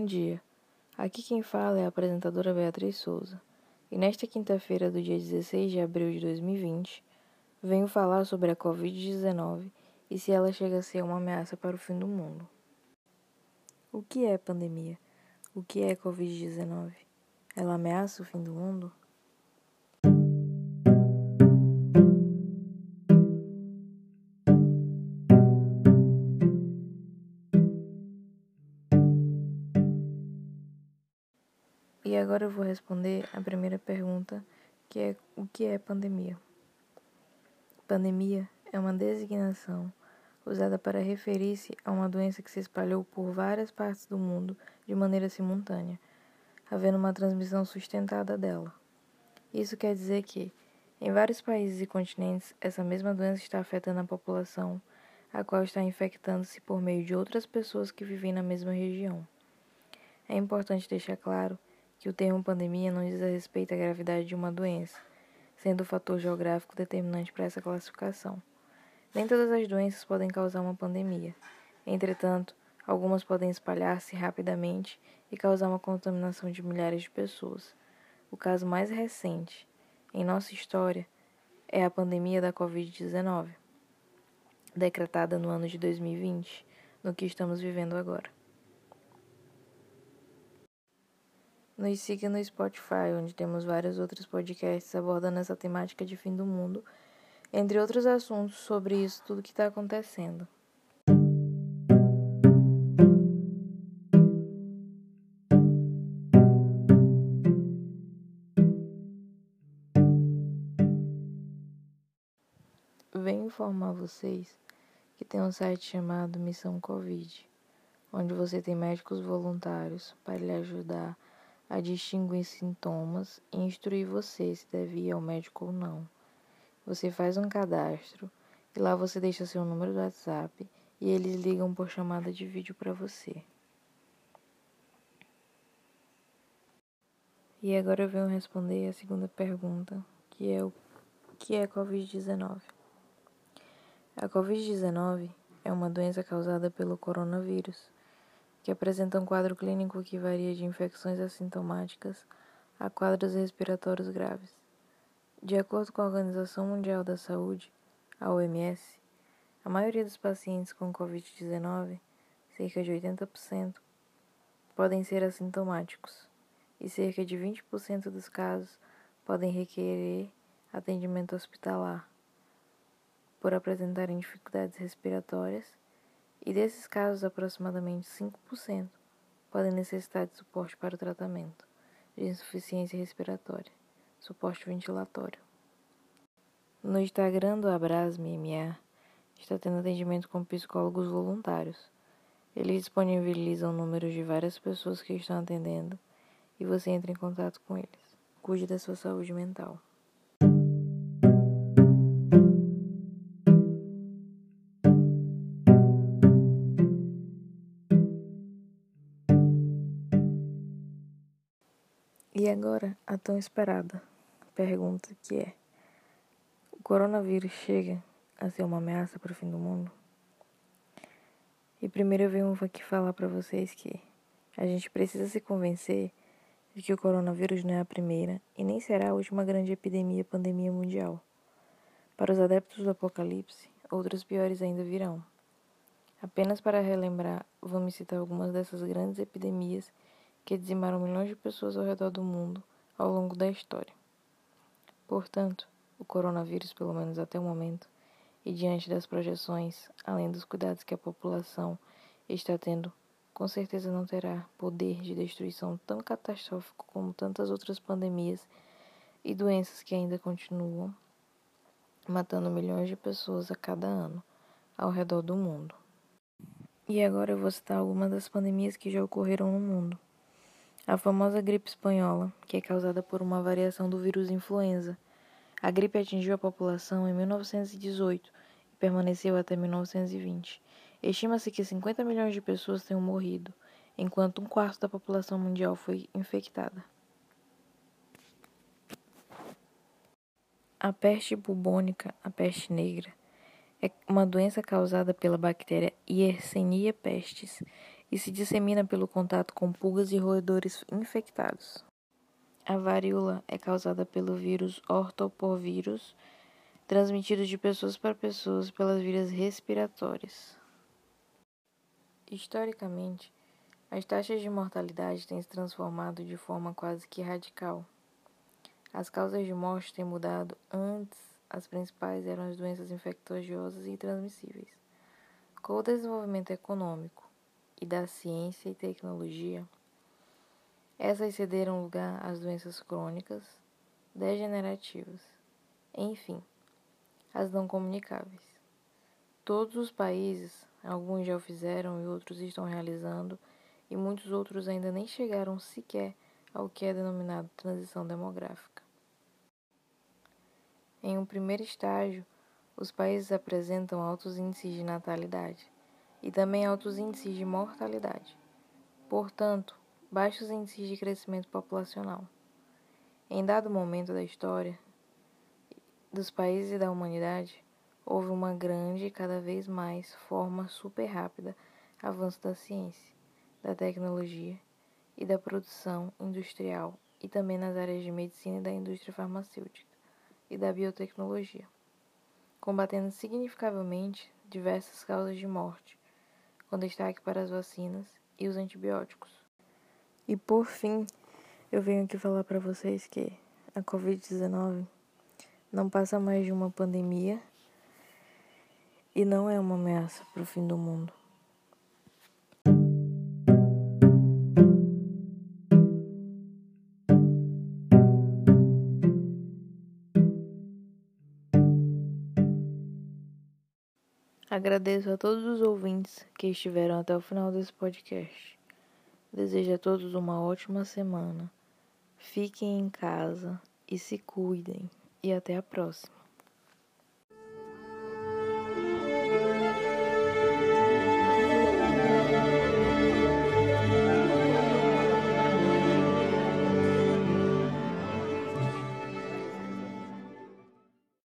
dia, aqui quem fala é a apresentadora Beatriz Souza, e nesta quinta-feira do dia 16 de abril de 2020, venho falar sobre a Covid-19 e se ela chega a ser uma ameaça para o fim do mundo. O que é pandemia? O que é Covid-19? Ela ameaça o fim do mundo? E agora eu vou responder a primeira pergunta, que é o que é pandemia? Pandemia é uma designação usada para referir-se a uma doença que se espalhou por várias partes do mundo de maneira simultânea, havendo uma transmissão sustentada dela. Isso quer dizer que, em vários países e continentes, essa mesma doença está afetando a população, a qual está infectando-se por meio de outras pessoas que vivem na mesma região. É importante deixar claro que o termo pandemia não diz a respeito à gravidade de uma doença, sendo o fator geográfico determinante para essa classificação. Nem todas as doenças podem causar uma pandemia. Entretanto, algumas podem espalhar-se rapidamente e causar uma contaminação de milhares de pessoas. O caso mais recente em nossa história é a pandemia da Covid-19, decretada no ano de 2020, no que estamos vivendo agora. Nos siga no Spotify, onde temos vários outros podcasts abordando essa temática de fim do mundo, entre outros assuntos sobre isso tudo que está acontecendo. Venho informar vocês que tem um site chamado Missão Covid, onde você tem médicos voluntários para lhe ajudar a distinguir sintomas e instruir você se deve ir ao médico ou não. Você faz um cadastro e lá você deixa seu número do WhatsApp e eles ligam por chamada de vídeo para você. E agora eu venho responder a segunda pergunta, que é o que é Covid-19. A Covid-19 é uma doença causada pelo coronavírus, que apresenta um quadro clínico que varia de infecções assintomáticas a quadros respiratórios graves. De acordo com a Organização Mundial da Saúde, a OMS, a maioria dos pacientes com Covid-19, cerca de 80%, podem ser assintomáticos, e cerca de 20% dos casos podem requerer atendimento hospitalar, por apresentarem dificuldades respiratórias, e desses casos aproximadamente 5% podem necessitar de suporte para o tratamento de insuficiência respiratória, suporte ventilatório. No Instagram do Abrasme MMA está tendo atendimento com psicólogos voluntários. Eles disponibilizam números de várias pessoas que estão atendendo e você entra em contato com eles. Cuide da sua saúde mental. E agora, a tão esperada pergunta que é: o coronavírus chega a ser uma ameaça para o fim do mundo? E primeiro eu venho aqui falar para vocês que a gente precisa se convencer de que o coronavírus não é a primeira e nem será a última grande pandemia mundial. Para os adeptos do apocalipse, outras piores ainda virão. Apenas para relembrar, vamos citar algumas dessas grandes epidemias que dizimaram milhões de pessoas ao redor do mundo ao longo da história. Portanto, o coronavírus, pelo menos até o momento, e diante das projeções, além dos cuidados que a população está tendo, com certeza não terá poder de destruição tão catastrófico como tantas outras pandemias e doenças que ainda continuam matando milhões de pessoas a cada ano ao redor do mundo. E agora eu vou citar algumas das pandemias que já ocorreram no mundo. A famosa gripe espanhola, que é causada por uma variação do vírus influenza. A gripe atingiu a população em 1918 e permaneceu até 1920. Estima-se que 50 milhões de pessoas tenham morrido, enquanto 1/4 da população mundial foi infectada. A peste bubônica, a peste negra, é uma doença causada pela bactéria Yersinia pestis e se dissemina pelo contato com pulgas e roedores infectados. A varíola é causada pelo vírus ortoporvírus, transmitido de pessoas para pessoas pelas vias respiratórias. Historicamente, as taxas de mortalidade têm se transformado de forma quase que radical. As causas de morte têm mudado. Antes, as principais eram as doenças infecciosas e transmissíveis. Com o desenvolvimento econômico e da ciência e tecnologia, essas cederam lugar às doenças crônicas, degenerativas, enfim, as não comunicáveis. Todos os países, alguns já o fizeram e outros estão realizando, e muitos outros ainda nem chegaram sequer ao que é denominado transição demográfica. Em um primeiro estágio, os países apresentam altos índices de natalidade e também altos índices de mortalidade, portanto, baixos índices de crescimento populacional. Em dado momento da história dos países e da humanidade, houve uma grande e cada vez mais forma super rápida avanço da ciência, da tecnologia e da produção industrial e também nas áreas de medicina e da indústria farmacêutica e da biotecnologia, combatendo significativamente diversas causas de morte, com destaque para as vacinas e os antibióticos. E por fim, eu venho aqui falar para vocês que a Covid-19 não passa mais de uma pandemia e não é uma ameaça para o fim do mundo. Agradeço a todos os ouvintes que estiveram até o final desse podcast. Desejo a todos uma ótima semana. Fiquem em casa e se cuidem. E até a próxima.